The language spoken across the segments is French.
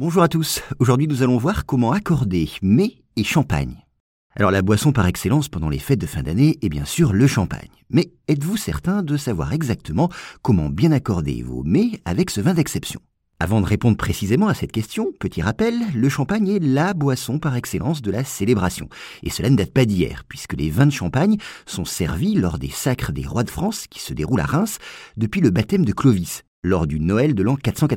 Bonjour à tous, aujourd'hui nous allons voir comment accorder mets et champagne. Alors la boisson par excellence pendant les fêtes de fin d'année est bien sûr le champagne. Mais êtes-vous certain de savoir exactement comment bien accorder vos mets avec ce vin d'exception ? Avant de répondre précisément à cette question, petit rappel, le champagne est la boisson par excellence de la célébration. Et cela ne date pas d'hier, puisque les vins de champagne sont servis lors des sacres des rois de France qui se déroulent à Reims depuis le baptême de Clovis, lors du Noël de l'an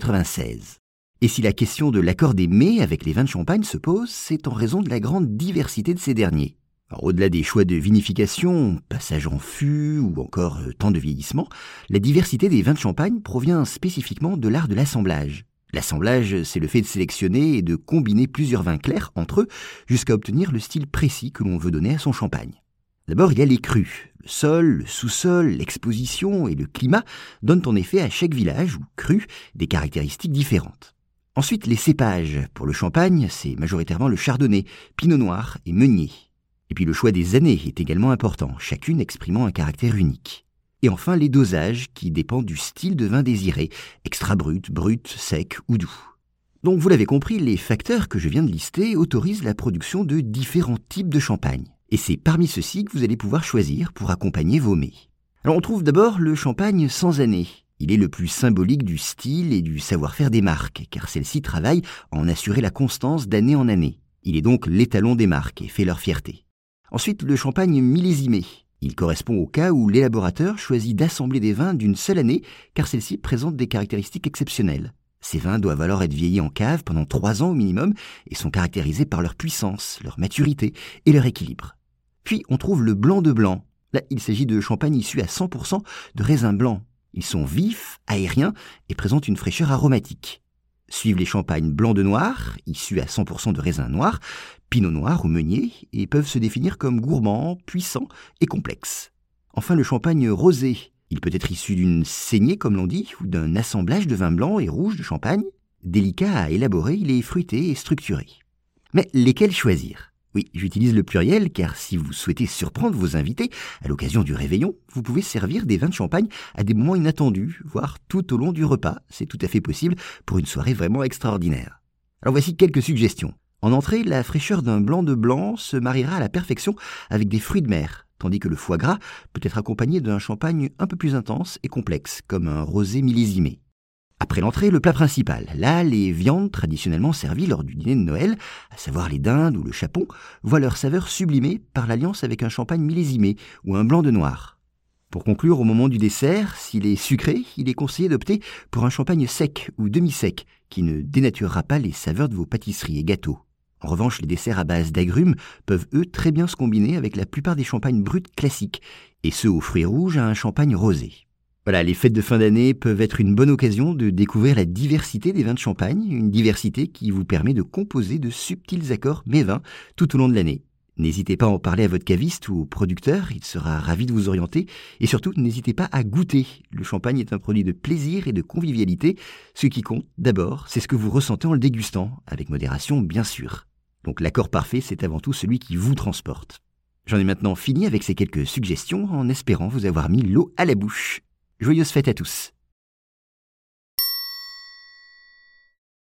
496. Et si la question de l'accord des mets avec les vins de champagne se pose, c'est en raison de la grande diversité de ces derniers. Alors, au-delà des choix de vinification, passage en fût ou encore temps de vieillissement, la diversité des vins de champagne provient spécifiquement de l'art de l'assemblage. L'assemblage, c'est le fait de sélectionner et de combiner plusieurs vins clairs entre eux jusqu'à obtenir le style précis que l'on veut donner à son champagne. D'abord, il y a les crus. Le sol, le sous-sol, l'exposition et le climat donnent en effet à chaque village ou cru des caractéristiques différentes. Ensuite, les cépages. Pour le champagne, c'est majoritairement le chardonnay, pinot noir et meunier. Et puis le choix des années est également important, chacune exprimant un caractère unique. Et enfin, les dosages qui dépendent du style de vin désiré, extra brut, brut, sec ou doux. Donc vous l'avez compris, les facteurs que je viens de lister autorisent la production de différents types de champagne. Et c'est parmi ceux-ci que vous allez pouvoir choisir pour accompagner vos mets. Alors on trouve d'abord le champagne sans année. Il est le plus symbolique du style et du savoir-faire des marques, car celles-ci travaillent à en assurer la constance d'année en année. Il est donc l'étalon des marques et fait leur fierté. Ensuite, le champagne millésimé. Il correspond au cas où l'élaborateur choisit d'assembler des vins d'une seule année, car celles-ci présentent des caractéristiques exceptionnelles. Ces vins doivent alors être vieillis en cave pendant 3 ans au minimum et sont caractérisés par leur puissance, leur maturité et leur équilibre. Puis, on trouve le blanc de blanc. Là, il s'agit de champagne issu à 100% de raisins blancs. Ils sont vifs, aériens et présentent une fraîcheur aromatique. Suivent les champagnes blancs de noir, issus à 100% de raisins noirs, pinot noir ou meunier, et peuvent se définir comme gourmands, puissants et complexes. Enfin, le champagne rosé. Il peut être issu d'une saignée, comme l'on dit, ou d'un assemblage de vins blancs et rouges de champagne. Délicat à élaborer, il est fruité et structuré. Mais lesquels choisir ? Oui, j'utilise le pluriel car si vous souhaitez surprendre vos invités à l'occasion du réveillon, vous pouvez servir des vins de champagne à des moments inattendus, voire tout au long du repas. C'est tout à fait possible pour une soirée vraiment extraordinaire. Alors voici quelques suggestions. En entrée, la fraîcheur d'un blanc de blanc se mariera à la perfection avec des fruits de mer, tandis que le foie gras peut être accompagné d'un champagne un peu plus intense et complexe, comme un rosé millésimé. Après l'entrée, le plat principal. Là, les viandes traditionnellement servies lors du dîner de Noël, à savoir les dindes ou le chapon, voient leur saveur sublimée par l'alliance avec un champagne millésimé ou un blanc de noir. Pour conclure, au moment du dessert, s'il est sucré, il est conseillé d'opter pour un champagne sec ou demi-sec, qui ne dénaturera pas les saveurs de vos pâtisseries et gâteaux. En revanche, les desserts à base d'agrumes peuvent eux très bien se combiner avec la plupart des champagnes bruts classiques, et ceux aux fruits rouges à un champagne rosé. Voilà, les fêtes de fin d'année peuvent être une bonne occasion de découvrir la diversité des vins de champagne, une diversité qui vous permet de composer de subtils accords mets-vins tout au long de l'année. N'hésitez pas à en parler à votre caviste ou au producteur, il sera ravi de vous orienter. Et surtout, n'hésitez pas à goûter. Le champagne est un produit de plaisir et de convivialité. Ce qui compte, d'abord, c'est ce que vous ressentez en le dégustant, avec modération bien sûr. Donc l'accord parfait, c'est avant tout celui qui vous transporte. J'en ai maintenant fini avec ces quelques suggestions, en espérant vous avoir mis l'eau à la bouche. Joyeuses fêtes à tous!